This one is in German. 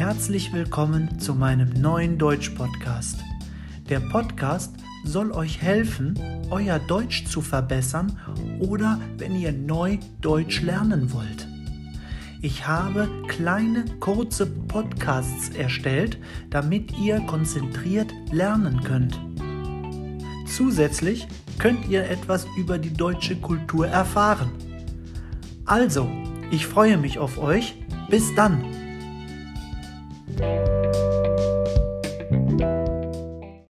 Herzlich willkommen zu meinem neuen Deutsch-Podcast. Der Podcast soll euch helfen, euer Deutsch zu verbessern oder wenn ihr neu Deutsch lernen wollt. Ich habe kleine, kurze Podcasts erstellt, damit ihr konzentriert lernen könnt. Zusätzlich könnt ihr etwas über die deutsche Kultur erfahren. Also, ich freue mich auf euch. Bis dann!